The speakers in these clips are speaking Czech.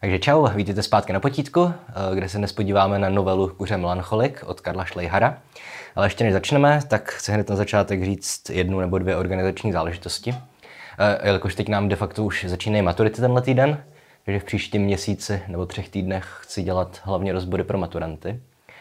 Takže čau, vítejte zpátky na potítku, kde se dnes podíváme na novelu Kuře Melancholik od Karla Schleihara. Ale ještě než začneme, tak chci hned na začátek říct jednu nebo dvě organizační záležitosti. Jelikož teď nám de facto už začínají maturity tenhle týden, takže v příštím měsíci nebo 3 týdnech chci dělat hlavně rozbory pro maturanty.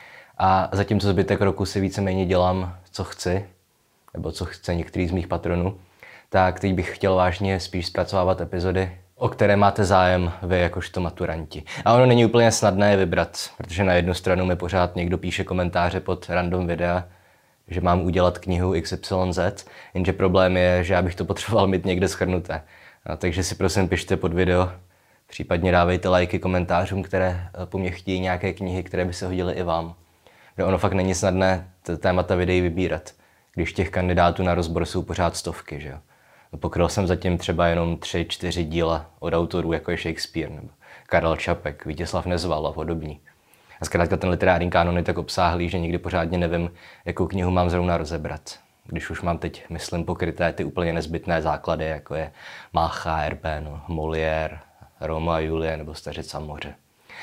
A zatímco zbytek roku si víceméně dělám, co chci, nebo co chce některý z mých patronů, tak teď bych chtěl vážně spíš zpracovávat epizody, o které máte zájem vy jakožto maturanti. A ono není úplně snadné je vybrat, protože na jednu stranu mi pořád někdo píše komentáře pod random videa, že mám udělat knihu XYZ, jenže problém je, že já bych to potřeboval mít někde shrnuté. Takže si prosím pište pod video, případně dávejte lajky komentářům, které po mně chtějí nějaké knihy, které by se hodily i vám. Ono fakt není snadné témata videí vybírat, když těch kandidátů na rozbor jsou pořád stovky, že jo. Pokryl jsem zatím třeba jenom 3-4 díla od autorů, jako je Shakespeare, nebo Karel Čapek, Vítězslav Nezval a podobní. A zkrátka ten literární kánon je tak obsáhlý, že nikdy pořádně nevím, jakou knihu mám zrovna rozebrat. Když už mám teď, myslím, pokryté ty úplně nezbytné základy, jako je Mácha, Erbeno, Molière, Romeo a Julie nebo Stařica moře.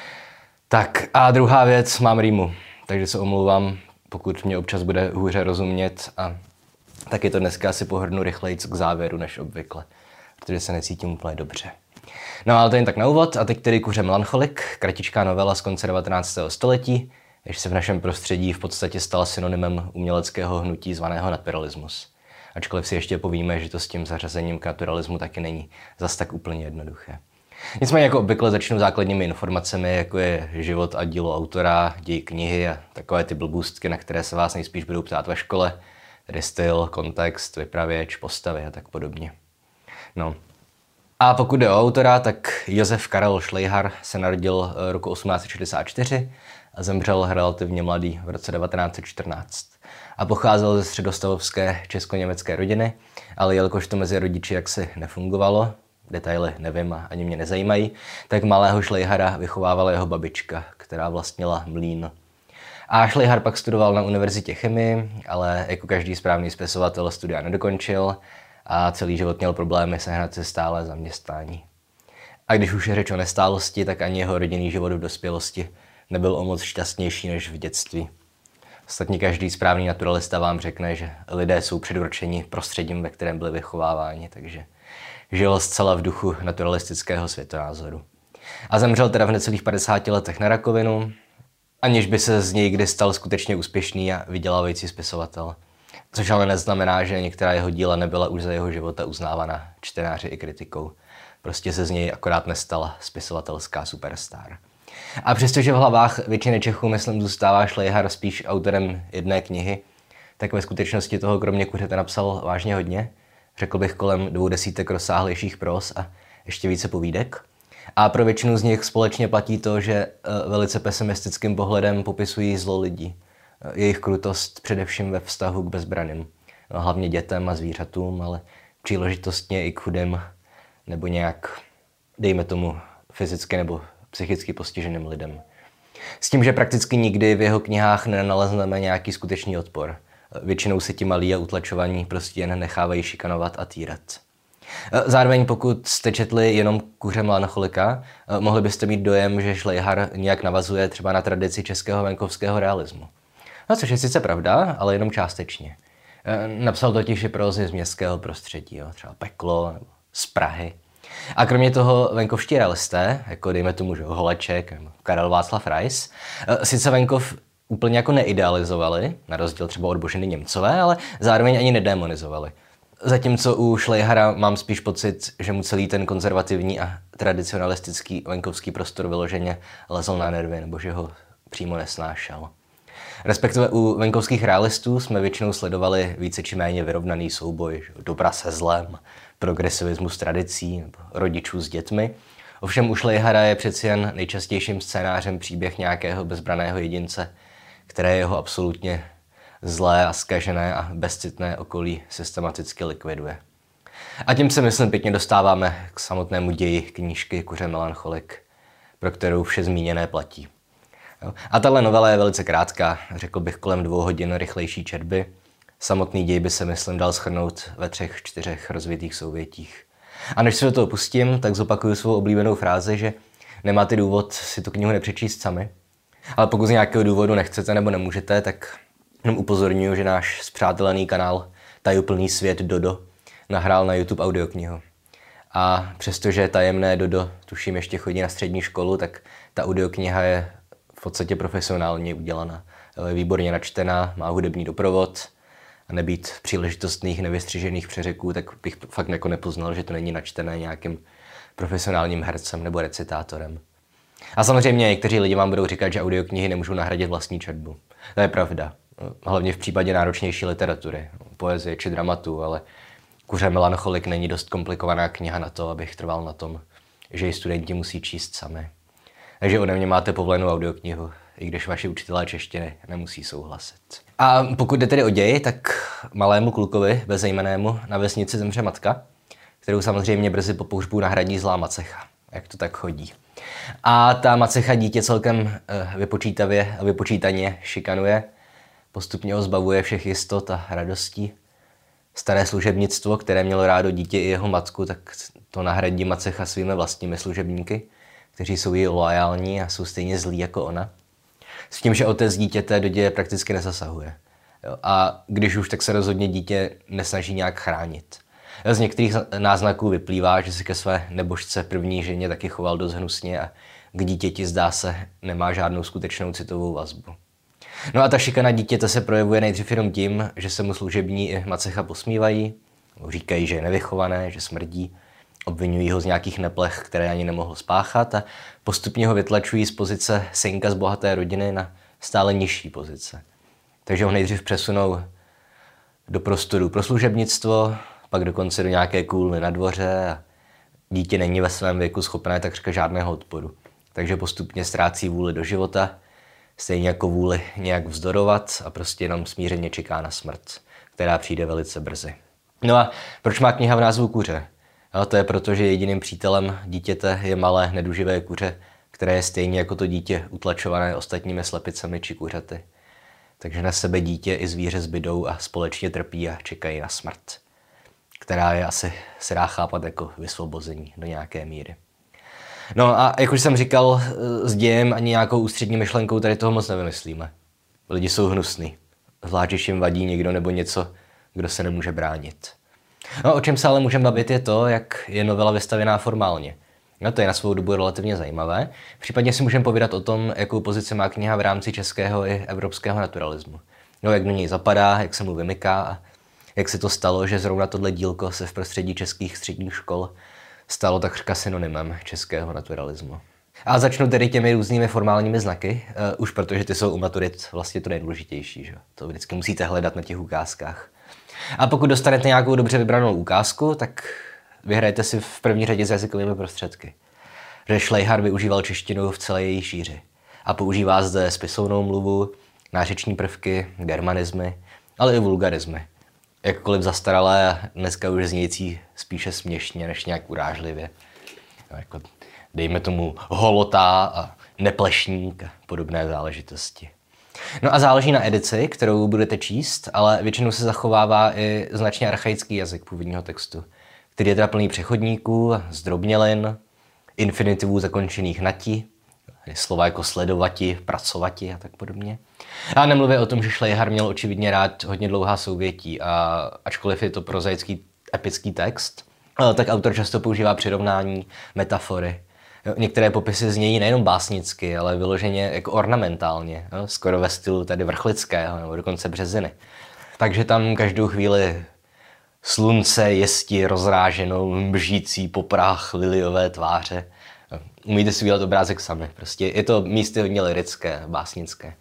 Tak a druhá věc, mám rýmu, takže se omlouvám, pokud mě občas bude hůře rozumět a taky to dneska asi pohrnu rychlejc k závěru než obvykle, protože se necítím úplně dobře. No ale to jen tak na úvod a teď tedy Kuře Melancholik, kratičká novela z konce 19. století, jež se v našem prostředí v podstatě stala synonymem uměleckého hnutí zvaného naturalismus. Ačkoliv si ještě povíme, že to s tím zařazením k naturalismu taky není zas tak úplně jednoduché. Nicméně jako obvykle začnu základními informacemi, jako je život a dílo autora, děj knihy a takové ty blbůstky, na které se vás nejspíš budou ptát ve škole, tedy styl, kontext, vypravěč, postavy a tak podobně. No. A pokud jde o autora, tak Josef Karel Schleihar se narodil roku 1864 a zemřel relativně mladý v roce 1914. A pocházel ze středostavovské česko-německé rodiny, ale jelikož to mezi rodiči jaksi nefungovalo, detaily nevím a ani mě nezajímají, tak malého Schleihara vychovávala jeho babička, která vlastnila mlýn. A Schleihar pak studoval na univerzitě chemii, ale jako každý správný spisovatel studia nedokončil a celý život měl problémy sehnat si stálé zaměstnání. A když už je řeč o nestálosti, tak ani jeho rodinný život v dospělosti nebyl o moc šťastnější než v dětství. Ostatně každý správný naturalista vám řekne, že lidé jsou předurčeni prostředím, ve kterém byli vychováváni, takže žil zcela v duchu naturalistického světonázoru. A zemřel teda v necelých 50 letech na rakovinu, aniž by se z něj kdy stal skutečně úspěšný a vydělávající spisovatel. Což ale neznamená, že některá jeho díla nebyla už za jeho života uznávaná čtenáři i kritikou. Prostě se z něj akorát nestala spisovatelská superstar. A přestože v hlavách většiny Čechů, myslím, zůstává Schleihar spíš autorem jedné knihy, tak ve skutečnosti toho kromě Kuřete napsal vážně hodně. Řekl bych kolem 200 rozsáhlejších pros a ještě více povídek. A pro většinu z nich společně platí to, že velice pesimistickým pohledem popisují zlo lidí. Jejich krutost především ve vztahu k bezbranným. Hlavně dětem a zvířatům, ale příležitostně i k chudým nebo nějak, dejme tomu, fyzicky nebo psychicky postiženým lidem. S tím, že prakticky nikdy v jeho knihách nenalezneme nějaký skutečný odpor. Většinou se ti malí a utlačovaní prostě jen nechávají šikanovat a týrat. Zároveň pokud jste četli jenom Kuře Melancholika, mohli byste mít dojem, že Schleihar nějak navazuje třeba na tradici českého venkovského realismu. No, což je sice pravda, ale jenom částečně. Napsal totiž i prózy z městského prostředí, jo, třeba Peklo nebo z Prahy. A kromě toho venkovští realisté, jako dejme tomu Holeček nebo Karel Václav Rais, sice venkov úplně jako neidealizovali, na rozdíl třeba od Boženy Němcové, ale zároveň ani nedemonizovali. Zatímco u Schleihara mám spíš pocit, že mu celý ten konzervativní a tradicionalistický venkovský prostor vyloženě lezl na nervy, nebo že ho přímo nesnášel. Respektive u venkovských realistů jsme většinou sledovali více či méně vyrovnaný souboj dobra se zlem, progresivismus tradicí, rodičů s dětmi. Ovšem u Schleihara je přeci jen nejčastějším scénářem příběh nějakého bezbraného jedince, které jeho absolutně zlé a zkažené a bezcitné okolí systematicky likviduje. A tím se, myslím, pěkně dostáváme k samotnému ději knížky Kuře Melancholik, pro kterou vše zmíněné platí. A tahle novela je velice krátká, řekl bych kolem 2 hodin rychlejší četby. Samotný děj by se, myslím, dal shrnout ve 3-4 rozvitých souvětích. A než se do toho pustím, tak zopakuju svou oblíbenou frázi, že nemáte důvod si tu knihu nepřečíst sami. Ale pokud z nějakého důvodu nechcete nebo nemůžete, tak jenom upozorňuji, že náš spřátelený kanál Tajuplný svět Dodo nahrál na YouTube audioknihu. A přestože tajemné Dodo, tuším, ještě chodí na střední školu, tak ta audiokniha je v podstatě profesionálně udělaná. Je výborně načtená, má hudební doprovod a nebýt příležitostných nevystřižených přeřeků, tak bych fakt jako nepoznal, že to není načtené nějakým profesionálním hercem nebo recitátorem. A samozřejmě někteří lidi vám budou říkat, že audioknihy nemůžou nahradit vlastní četbu. To je pravda. Hlavně v případě náročnější literatury, poezie či dramatu, ale Kuře melancholik není dost komplikovaná kniha na to, abych trval na tom, že ji studenti musí číst sami. Takže ode mě máte povolenou audioknihu, i když vaši učitelé češtiny nemusí souhlasit. A pokud jde tedy o děj, tak malému klukovi, bezejmennému, na vesnici zemře matka, kterou samozřejmě brzy po pohřbu nahradí zlá macecha, jak to tak chodí. A ta macecha dítě celkem vypočítavě a vypočítaně šikanuje, postupně ho zbavuje všech jistot a radostí. Staré služebnictvo, které mělo rádo dítě i jeho matku, tak to nahradí macecha svými vlastními služebníky, kteří jsou jí loajální a jsou stejně zlí jako ona. S tím, že otec dítěte do děje prakticky nezasahuje. A když už, tak se rozhodně dítě nesnaží nějak chránit. Z některých náznaků vyplývá, že si ke své nebožce první ženě taky choval dost hnusně a k dítěti, zdá se, nemá žádnou skutečnou citovou vazbu. No a ta šikana dítěte se projevuje nejdřív jenom tím, že se mu služební i macecha posmívají, říkají, že je nevychované, že smrdí, obvinují ho z nějakých neplech, které ani nemohl spáchat a postupně ho vytlačují z pozice synka z bohaté rodiny na stále nižší pozice. Takže ho nejdřív přesunou do prostoru pro služebnictvo, pak dokonce do nějaké kůlny na dvoře a dítě není ve svém věku schopné takřka žádného odporu. Takže postupně ztrácí vůli do života, stejně jako vůli nějak vzdorovat a prostě jenom smířeně čeká na smrt, která přijde velice brzy. No a proč má kniha v názvu Kuře? No, to je proto, že jediným přítelem dítěte je malé neduživé kuře, které je stejně jako to dítě utlačované ostatními slepicemi či kuřaty. Takže na sebe dítě i zvíře zbydou a společně trpí a čekají na smrt, která je asi se dá chápat jako vysvobození do nějaké míry. No a jak už jsem říkal, s dějem ani nějakou ústřední myšlenkou tady toho moc nevymyslíme. Lidi jsou hnusný, zvlášť když jim vadí někdo nebo něco, kdo se nemůže bránit. No, o čem se ale můžeme bavit je to, jak je novela vystavěná formálně. No, to je na svou dobu relativně zajímavé. Případně si můžeme povídat o tom, jakou pozici má kniha v rámci českého i evropského naturalismu. No, jak do něj zapadá, jak se mu vymyká a jak se to stalo, že zrovna tohle dílko se v prostředí českých středních škol stalo takřka synonymem českého naturalismu. A začnu tedy těmi různými formálními znaky, už protože ty jsou u maturit vlastně to nejdůležitější, že? To vždycky musíte hledat na těch ukázkách. A pokud dostanete nějakou dobře vybranou ukázku, tak vyhrajete si v první řadě s jazykovými prostředky. Že Šlejhar využíval češtinu v celé její šíři a používá zde spisovnou mluvu, nářeční prvky, germanismy, ale i vulgarismy. Jakkoliv zastaralé a dneska už znějící spíše směšně než nějak urážlivě. No, jako dejme tomu holotá a neplešník a podobné záležitosti. No a záleží na edici, kterou budete číst, ale většinou se zachovává i značně archaický jazyk původního textu, který je teda plný přechodníků, zdrobnělin, infinitivů zakončených na ti, slova jako sledovati, pracovati a tak podobně. A nemluvě o tom, že Šlejhar měl očividně rád hodně dlouhá souvětí a ačkoliv je to prozaický epický text, tak autor často používá přirovnání, metafory. Některé popisy znějí nejenom básnicky, ale vyloženě jako ornamentálně, skoro ve stylu tady Vrchlického nebo dokonce Březiny. Takže tam každou chvíli slunce jesti rozráženou, mžící poprach liliové tváře. Umíte si udělat obrázek sami. Prostě je to místy hodně lyrické, básnické.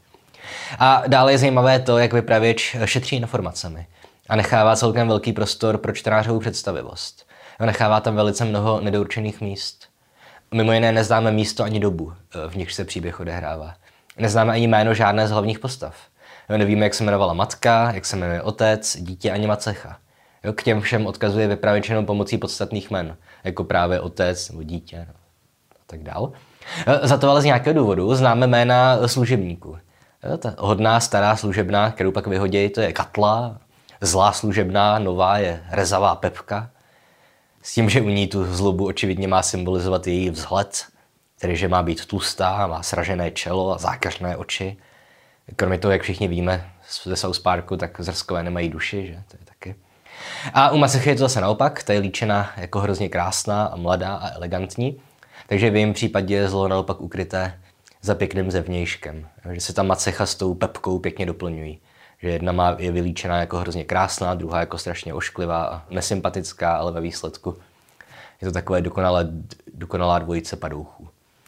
A dále je zajímavé to, jak vypravěč šetří informacemi a nechává celkem velký prostor pro čtenářovou představivost. Nechává tam velice mnoho nedourčených míst. Mimo jiné neznáme místo ani dobu, v nichž se příběh odehrává. Neznáme ani jméno žádné z hlavních postav. Nevíme, jak se jmenovala matka, jak se jmenuje otec, dítě ani macecha. K těm všem odkazuje vypravěč jenom pomocí podstatných jmen, jako právě otec nebo dítě a tak dál. Za to ale z nějakého důvodu známe jména služebníků. Ta hodná stará služebná, kterou pak vyhodí, to je Katla. Zlá služebná, nová je rezavá Pepka. S tím, že u ní tu zlobu očividně má symbolizovat její vzhled. Tedy, že má být tlustá, má sražené čelo a zákeřné oči. Kromě toho, jak všichni víme ze South Parku, tak zrskové nemají duši, že? To je taky. A u macechy je to zase naopak, ta je líčena jako hrozně krásná a mladá a elegantní, takže v jejím případě je zlo naopak ukryté za pěkným zevnějškem, že se ta macecha s tou Pepkou pěkně doplňují. Že jedna je vylíčená jako hrozně krásná, druhá jako strašně ošklivá a nesympatická, ale ve výsledku je to takové dokonalá dvojice padouchů.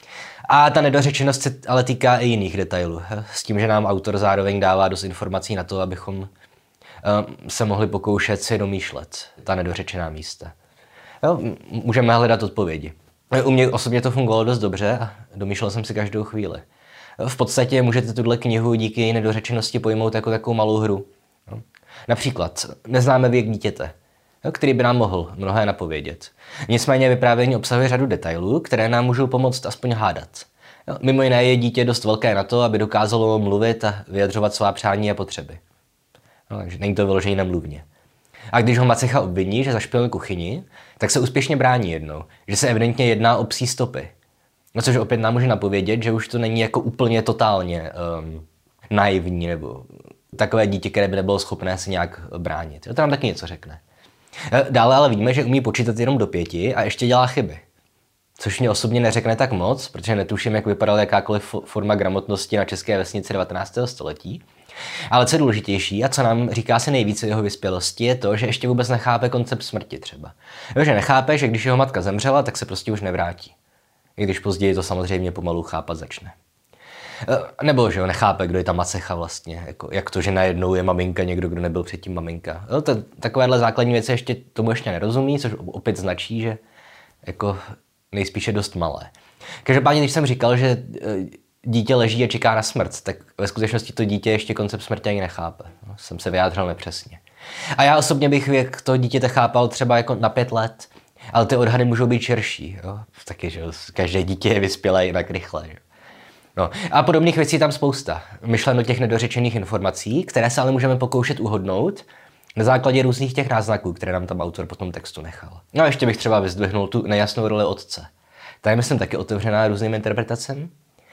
A ta nedořečenost se ale týká i jiných detailů, s tím, že nám autor zároveň dává dost informací na to, abychom se mohli pokoušet si domýšlet ta nedořečená místa. Jo, můžeme hledat odpovědi. U mě osobně to fungovalo dost dobře a domýšlel jsem si každou chvíli. V podstatě můžete tuhle knihu díky nedořečenosti pojmout jako takovou malou hru. Například neznáme věk dítěte, který by nám mohl mnohé napovědět. Nicméně vyprávění obsahuje řadu detailů, které nám můžou pomoct aspoň hádat. Mimo jiné je dítě dost velké na to, aby dokázalo mluvit a vyjadřovat svá přání a potřeby. Takže není to vyložené na mluvně. A když ho macecha obviní, že zašpinil kuchyni, tak se úspěšně brání jednou, že se evidentně jedná o psí stopy. No což opět nám může napovědět, že už to není jako úplně totálně naivní nebo takové dítě, které by nebylo schopné se nějak bránit. To nám taky něco řekne. Dále ale víme, že umí počítat jenom do 5 a ještě dělá chyby. Což mě osobně neřekne tak moc, protože netuším, jak vypadala jakákoliv forma gramotnosti na české vesnici 19. století. Ale co je důležitější a co nám říká se nejvíce jeho vyspělosti, je to, že ještě vůbec nechápe koncept smrti třeba. Že nechápe, že když jeho matka zemřela, tak se prostě už nevrátí. I když později to samozřejmě pomalu chápat začne. Nebo že ho nechápe, kdo je ta macecha vlastně, jako, jak to, že najednou je maminka někdo, kdo nebyl předtím maminka. Takovéhle základní věci tomu ještě nerozumí, což opět značí, že jako nejspíše dost malé. Každopádně, když jsem říkal, že dítě leží a čeká na smrt, tak ve skutečnosti to dítě ještě koncept smrti ani nechápe. Jsem se vyjádřil nepřesně. A já osobně bych věk toho dítěte chápal třeba jako na 5 let, ale ty odhady můžou být širší. Jo? Taky, že každé dítě je vyspělé jinak rychle. Že? No. A podobných věcí tam spousta. Myšleno těch nedořečených informací, které se ale můžeme pokoušet uhodnout na základě různých těch náznaků, které nám tam autor po tom textu nechal. No a ještě bych třeba vyzdvihnul tu nejasnou roli otce. Ta je, myslím, taky otevřená různým interpretacím.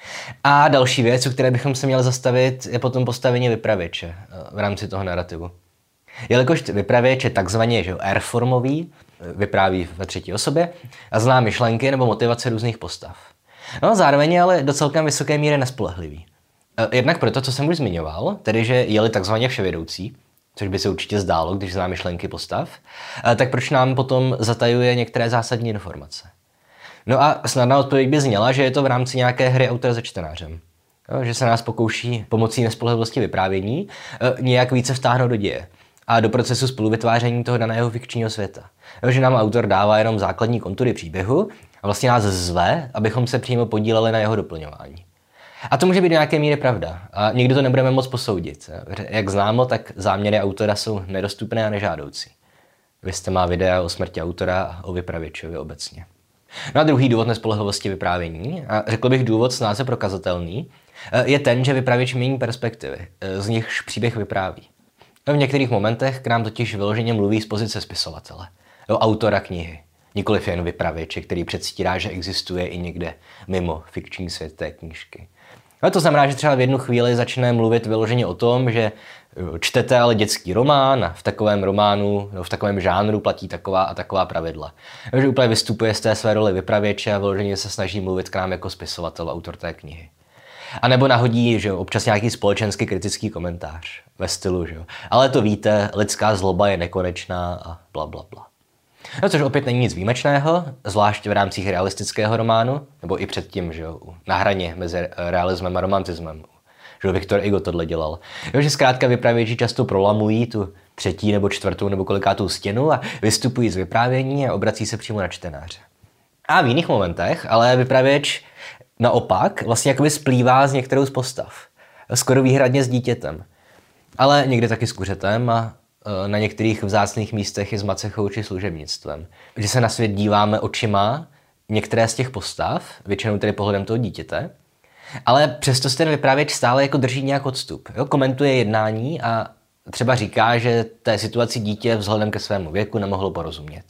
A další věc, o které bychom se měli zastavit, je potom postavení vypravěče v rámci toho narrativu. Jelikož vypravěč je takzvaně R-formový, vypráví ve třetí osobě a zná myšlenky nebo motivace různých postav. No zároveň ale do celkem vysoké míry nespolehlivý. Jednak proto, co jsem už zmiňoval, tedy že je-li takzvaně vševědoucí, což by se určitě zdálo, když zná myšlenky postav, tak proč nám potom zatajuje některé zásadní informace? No a snadná odpověď by zněla, že je to v rámci nějaké hry autora se čtenářem. Že se nás pokouší pomocí nespolehlivosti vyprávění nějak více vtáhnout do děje a do procesu spoluvytváření toho daného fikčního světa. Že nám autor dává jenom základní kontury příběhu a vlastně nás zve, abychom se přímo podíleli na jeho doplňování. A to může být do nějaké míry pravda a nikdy to nebudeme moc posoudit. Jak známo, tak záměry autora jsou nedostupné a nežádoucí. Vy jste má videa o smrti autora a o vypravěčovi obecně. No a druhý důvod nespolehlivosti vyprávění, a řekl bych důvod snáze prokazatelný, je ten, že vypravěč mění perspektivy, z nichž příběh vypráví. V některých momentech k nám totiž vyloženě mluví z pozice spisovatele, autora knihy, nikoliv jen vypravěče, který předstírá, že existuje i někde mimo fikční svět té knížky. No to znamená, že třeba v jednu chvíli začne mluvit vyloženě o tom, že čtete ale dětský román a v takovém románu, v takovém žánru platí taková a taková pravidla. Že úplně vystupuje z té své roli vypravěče a vyloženě se snaží mluvit k nám jako spisovatel, autor té knihy. A nebo nahodí, že občas nějaký společensky kritický komentář ve stylu, že ale to víte, lidská zloba je nekonečná a bla bla bla. No, což opět není nic výjimečného, zvlášť v rámcích realistického románu, nebo i předtím, že jo, na hraně mezi realismem a romantismem. Že Viktor Hugo tohle dělal. Jo, že zkrátka vypravěči často prolamují tu 3. nebo 4. nebo kolikátou stěnu a vystupují z vyprávění a obrací se přímo na čtenáře. A v jiných momentech ale vypravěč naopak vlastně jakoby splývá s některou z postav. Skoro výhradně s dítětem. Ale někdy taky s kuřetem a na některých vzácných místech i s macechou či služebnictvem. Že se na svět díváme očima některé z těch postav, většinou tedy pohledem toho dítěte, ale přesto se ten vypravěč stále jako drží nějak odstup. Jo? Komentuje jednání a třeba říká, že té situaci dítě vzhledem ke svému věku nemohlo porozumět.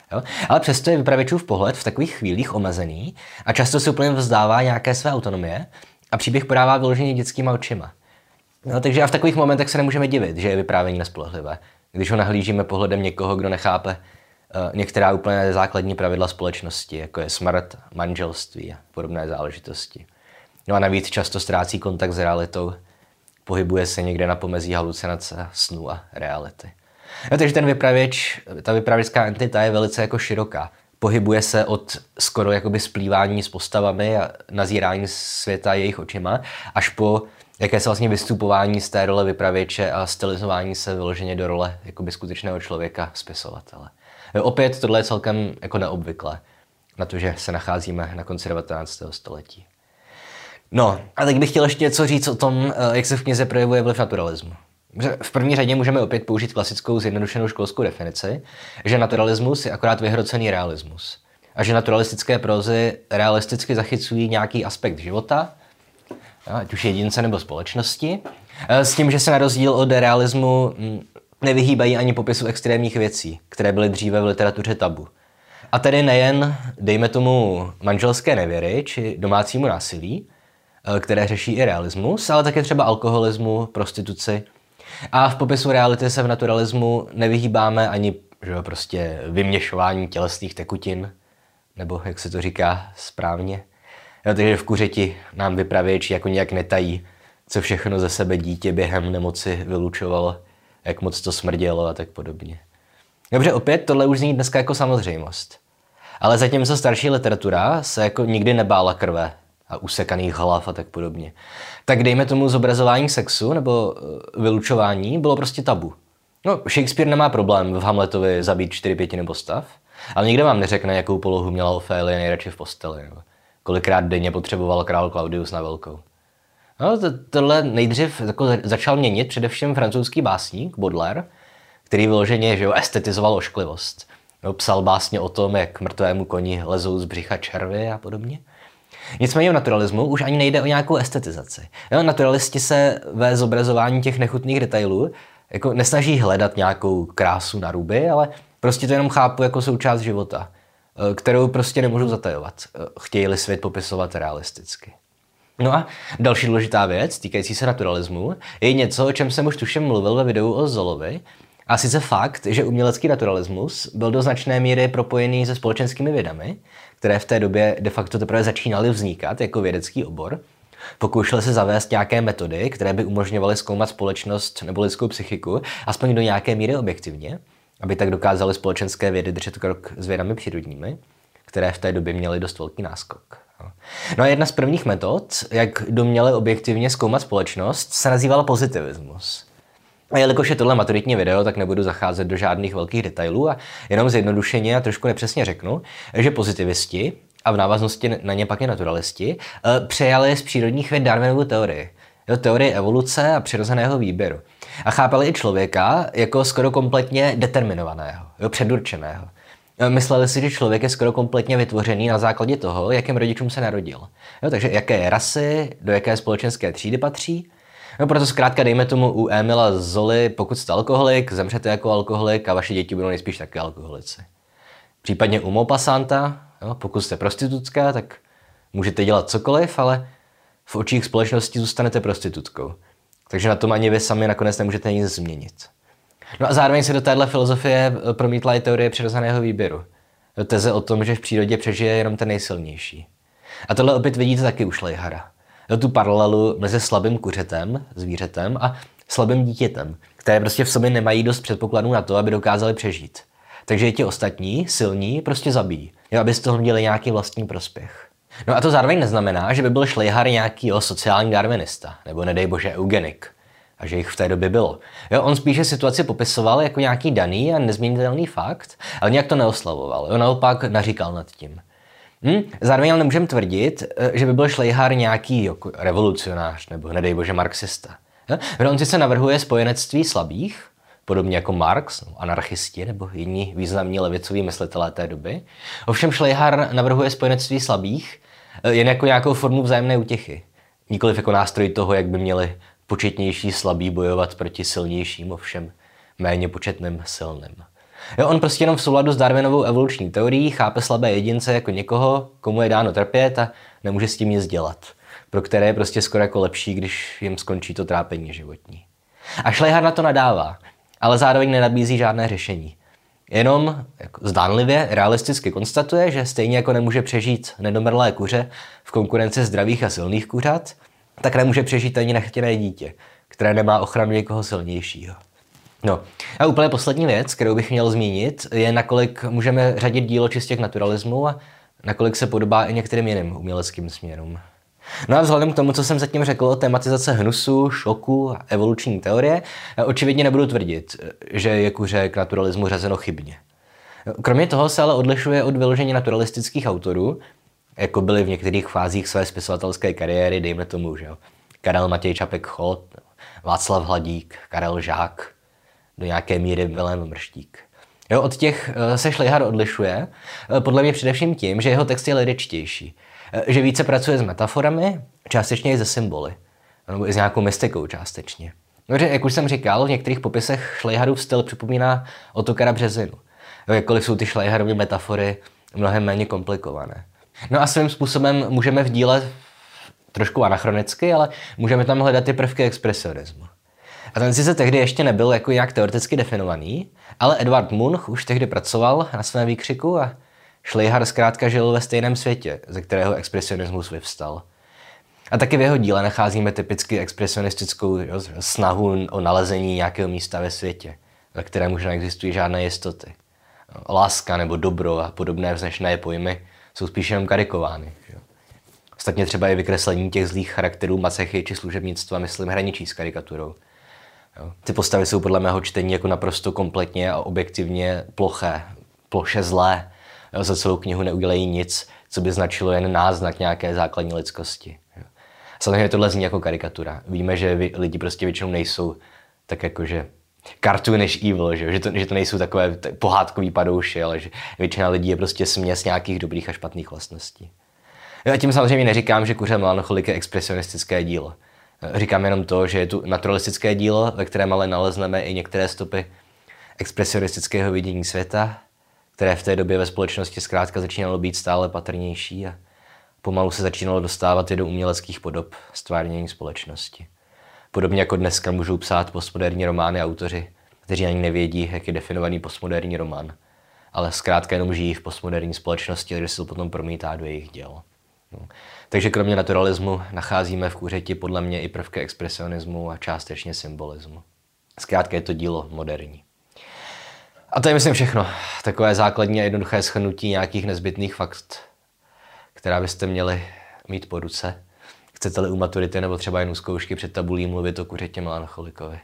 Jo? Ale přesto je vypravěčův pohled v takových chvílích omezený a často se úplně vzdává nějaké své autonomie a příběh podává vyloženě dětskýma očima. No, takže a v takových momentech se nemůžeme divit, že je vyprávění nespolehlivé, když ho nahlížíme pohledem někoho, kdo nechápe některá úplně základní pravidla společnosti, jako je smrt, manželství a podobné záležitosti. No a navíc často ztrácí kontakt s realitou, pohybuje se někde na pomezí halucinace, snu a reality. No, takže ten vypravěč, ta vypravěčská entita je velice jako široká. Pohybuje se od skoro jakoby splývání s postavami a nazírání světa jejich očima, až po jakési vlastně vystupování z té role vypravěče a stylizování se vyloženě do role jakoby skutečného člověka, spisovatele. Opět tohle je celkem jako neobvyklé, na to, že se nacházíme na konci 19. století. No, a teď bych chtěl ještě něco říct o tom, jak se v knize projevuje vliv naturalismu. V první řadě můžeme opět použít klasickou zjednodušenou školskou definici, že naturalismus je akorát vyhrocený realismus. A že naturalistické prózy realisticky zachycují nějaký aspekt života, ať už jedince nebo společnosti, s tím, že se na rozdíl od realismu nevyhýbají ani popisu extrémních věcí, které byly dříve v literatuře tabu. A tedy nejen, dejme tomu, manželské nevěry či domácímu násilí, které řeší i realismus, ale také třeba alkoholismu, prostituci. A v popisu reality se v naturalismu nevyhýbáme ani prostě vyměšování tělesných tekutin, nebo jak se to říká správně. Takže v Kuřeti nám vypravěči jako nějak netají, co všechno ze sebe dítě během nemoci vylučovalo, jak moc to smrdělo a tak podobně. Dobře, opět tohle už zní dneska jako samozřejmost. Ale zatímco starší literatura se jako nikdy nebála krve a usekaných hlav a tak podobně, tak dejme tomu zobrazování sexu nebo vylučování bylo prostě tabu. No, Shakespeare nemá problém v Hamletovi zabít 4/5 postav, ale nikdo vám neřekne, jakou polohu měla Ofélie nejradši v posteli, nebo kolikrát denně potřeboval král Claudius na velkou. No, tohle nejdřív jako začal měnit především francouzský básník Baudelaire, který vyloženě estetizoval ošklivost. No, psal básně o tom, jak mrtvému koni lezou z břicha červy a podobně. Nicméně v naturalismu už ani nejde o nějakou estetizaci. No, naturalisti se ve zobrazování těch nechutných detailů jako nesnaží hledat nějakou krásu na ruby, ale prostě to jenom chápu jako součást života, kterou prostě nemůžu zatajovat, chtějí-li svět popisovat realisticky. No a další důležitá věc, týkající se naturalismu, je něco, o čem jsem už tuším mluvil ve videu o Zolovi, a sice fakt, že umělecký naturalismus byl do značné míry propojený se společenskými vědami, které v té době de facto teprve začínaly vznikat jako vědecký obor. Pokoušeli se zavést nějaké metody, které by umožňovaly zkoumat společnost nebo lidskou psychiku, aspoň do nějaké míry objektivně, aby tak dokázaly společenské vědy držet krok s vědami přírodními, které v té době měly dost velký náskok. No a jedna z prvních metod, jak doměle objektivně zkoumat společnost, se nazývala pozitivismus. A jelikož je tohle maturitní video, tak nebudu zacházet do žádných velkých detailů a jenom zjednodušeně a trošku nepřesně řeknu, že pozitivisti, a v návaznosti na ně pak i naturalisti, přejali z přírodních věd Darwinovu teorii. Teorii evoluce a přirozeného výběru. A chápali i člověka jako skoro kompletně determinovaného, předurčeného. Mysleli si, že člověk je skoro kompletně vytvořený na základě toho, jakým rodičům se narodil. Takže jaké rasy, do jaké společenské třídy patří. Proto zkrátka dejme tomu u Emila Zoly, pokud jste alkoholik, zemřete jako alkoholik a vaše děti budou nejspíš také alkoholici. Případně u Maupassanta, pokud jste prostitutka, tak můžete dělat cokoliv, ale v očích společnosti zůstanete prostitutkou. Takže na tom ani vy sami nakonec nemůžete nic změnit. No a zároveň se do téhle filozofie promítla i teorie přirozeného výběru. Teze o tom, že v přírodě přežije jenom ten nejsilnější. A tohle opět vidíte taky u Schleihara. Tu paralelu mezi slabým kuřetem, zvířetem a slabým dítětem, které prostě v sobě nemají dost předpokladů na to, aby dokázali přežít. Takže ti ostatní, silní, prostě zabijí, aby z toho měli nějaký vlastní prospěch. No a to zároveň neznamená, že by byl Schleihar nějaký sociální darwinista, nebo nedej bože eugenik, a že jich v té době bylo. On spíše situaci popisoval jako nějaký daný a nezměnitelný fakt, ale nějak to neoslavoval, naopak naříkal nad tím. Zároveň ale nemůžeme tvrdit, že by byl Schleihar nějaký revolucionář nebo nedej bože marxista. On sice navrhuje spojenectví slabých, podobně jako Marx, anarchisti nebo jiní významní levicoví myslitelé té doby. Ovšem Schleihar navrhuje spojenectví slabých jen jako nějakou formu vzájemné útěchy. Nikoliv jako nástroj toho, jak by měli početnější slabí bojovat proti silnějším, ovšem méně početným silným. Jo, on prostě jenom v souladu s Darwinovou evoluční teorií chápe slabé jedince jako někoho, komu je dáno trpět a nemůže s tím nic dělat. Pro které je prostě skoro jako lepší, když jim skončí to trápení životní. A Schleicher na to nadává, ale zároveň nenabízí žádné řešení. Jenom jako zdánlivě realisticky konstatuje, že stejně jako nemůže přežít nedomrlé kuře v konkurenci zdravých a silných kuřat, tak nemůže přežít ani nechtěné dítě, které nemá ochranu někoho silnějšího. No a úplně poslední věc, kterou bych měl zmínit, je nakolik můžeme řadit dílo čistě k naturalismu a nakolik se podobá i některým jiným uměleckým směrům. No a vzhledem k tomu, co jsem zatím řekl o tematizace hnusu, šoku a evoluční teorie, očividně nebudu tvrdit, že je kuře k naturalismu řazeno chybně. Kromě toho se ale odlišuje od vyloženě naturalistických autorů, jako byli v některých fázích své spisovatelské kariéry, dejme tomu, že jo, Karel Matěj Čapek-Cholt, Václav Hladík, Karel Žák, do nějaké míry Vilém Mrštík. Jo, od těch se Schleicher odlišuje, podle mě především tím, že jeho text je liričtější, že více pracuje s metaforami, částečně i se symboly, nebo i s nějakou mystikou částečně. Takže, jak už jsem říkal, v některých popisech Schleicherův styl připomíná Ottokara Březinu, jakkoliv jsou ty Schleicherovy metafory mnohem méně komplikované. No a svým způsobem můžeme v díle trošku anachronicky, ale můžeme tam hledat ty prvky expresionismu. A ten sice tehdy ještě nebyl jako nějak teoreticky definovaný, ale Edvard Munch už tehdy pracoval na svém výkřiku a Schleicher zkrátka žil ve stejném světě, ze kterého expresionismus vyvstal. A taky v jeho díle nacházíme typicky expresionistickou snahu o nalezení nějakého místa ve světě, ve kterém už neexistují žádné jistoty. Láska nebo dobro a podobné vznešené pojmy jsou spíš jenom karikovány. Ostatně třeba i vykreslení těch zlých charakterů macechy či služebnictva, myslím, hraničí s karikaturou. Ty postavy jsou podle mého čtení jako naprosto kompletně a objektivně ploše zlé. Za celou knihu neudělají nic, co by značilo jen náznak nějaké základní lidskosti. Samozřejmě tohle zní jako karikatura. Víme, že lidi prostě většinou nejsou tak jakože cartoonish evil, že to nejsou takové pohádkový padouši, ale že většina lidí je prostě směs nějakých dobrých a špatných vlastností. A tím samozřejmě neříkám, že Kuře melancholik je expresionistické dílo. Říkám jenom to, že je tu naturalistické dílo, ve kterém ale nalezneme i některé stopy expresionistického vidění světa, které v té době ve společnosti zkrátka začínalo být stále patrnější a pomalu se začínalo dostávat i do uměleckých podob stvárnění společnosti. Podobně jako dneska můžou psát postmoderní romány autoři, kteří ani nevědí, jak je definovaný postmoderní román, ale zkrátka jenom žijí v postmoderní společnosti, kde se to potom promítá do jejich děl. Takže kromě naturalismu nacházíme v Kuřeti podle mě i prvky expresionismu a částečně symbolismu. Zkrátka je to dílo moderní. A to je myslím všechno. Takové základní a jednoduché shrnutí nějakých nezbytných fakt, která byste měli mít po ruce. Chcete-li u maturity nebo třeba jen u zkoušky před tabulí mluvit o Kuřetě melancholikovi.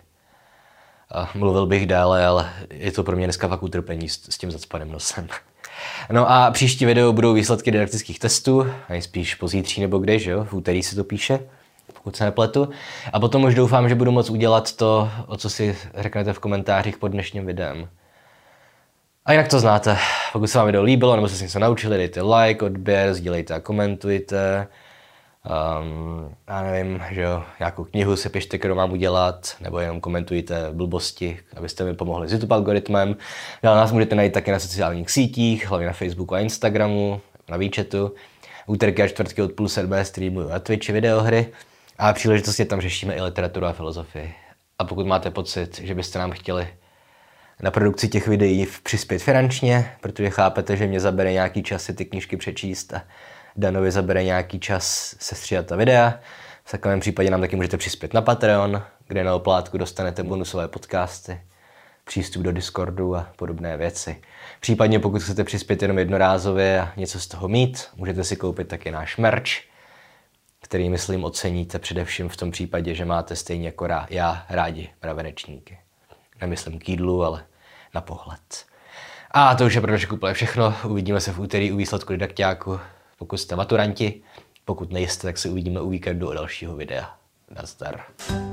A mluvil bych dále, ale je to pro mě dneska fakt utrpení s tím zacpaným nosem. No a příští video budou výsledky didaktických testů, nejspíš pozítří nebo kde, že jo? V úterý se to píše, pokud se nepletu. A potom už doufám, že budu moct udělat to, o co si řeknete v komentářích pod dnešním videem. A jinak to znáte. Pokud se vám video líbilo, nebo jste si něco naučili, dejte like, odběr, sdílejte a komentujte. Já nevím, že jo, nějakou knihu si pište, kterou mám udělat, nebo jenom komentujte blbosti, abyste mi pomohli s YouTube algoritmem. Dále nás můžete najít také na sociálních sítích, hlavně na Facebooku a Instagramu, na WeChatu. Úterky a čtvrtky od 6:30 streamuju na Twitchi videohry a příležitostně tam řešíme i literaturu a filozofii. A pokud máte pocit, že byste nám chtěli na produkci těch videí přispět finančně, protože chápete, že mě zabere nějaký čas si ty knížky přečíst a Danovi zabere nějaký čas sestříhat ta videa. V takovém případě nám taky můžete přispět na Patreon, kde na oplátku dostanete bonusové podcasty, přístup do Discordu a podobné věci. Případně pokud chcete přispět jenom jednorázově a něco z toho mít, můžete si koupit taky náš merch, který myslím oceníte především v tom případě, že máte stejně jako já rádi mravenečníky. Nemyslím k jídlu, ale na pohled. A to už je pro dnešek úplně všechno. Uvidíme se v úterý u výsledku didakťáku. Pokud jste maturanti, pokud nejste, tak se uvidíme u víkendu u dalšího videa. Nazdar.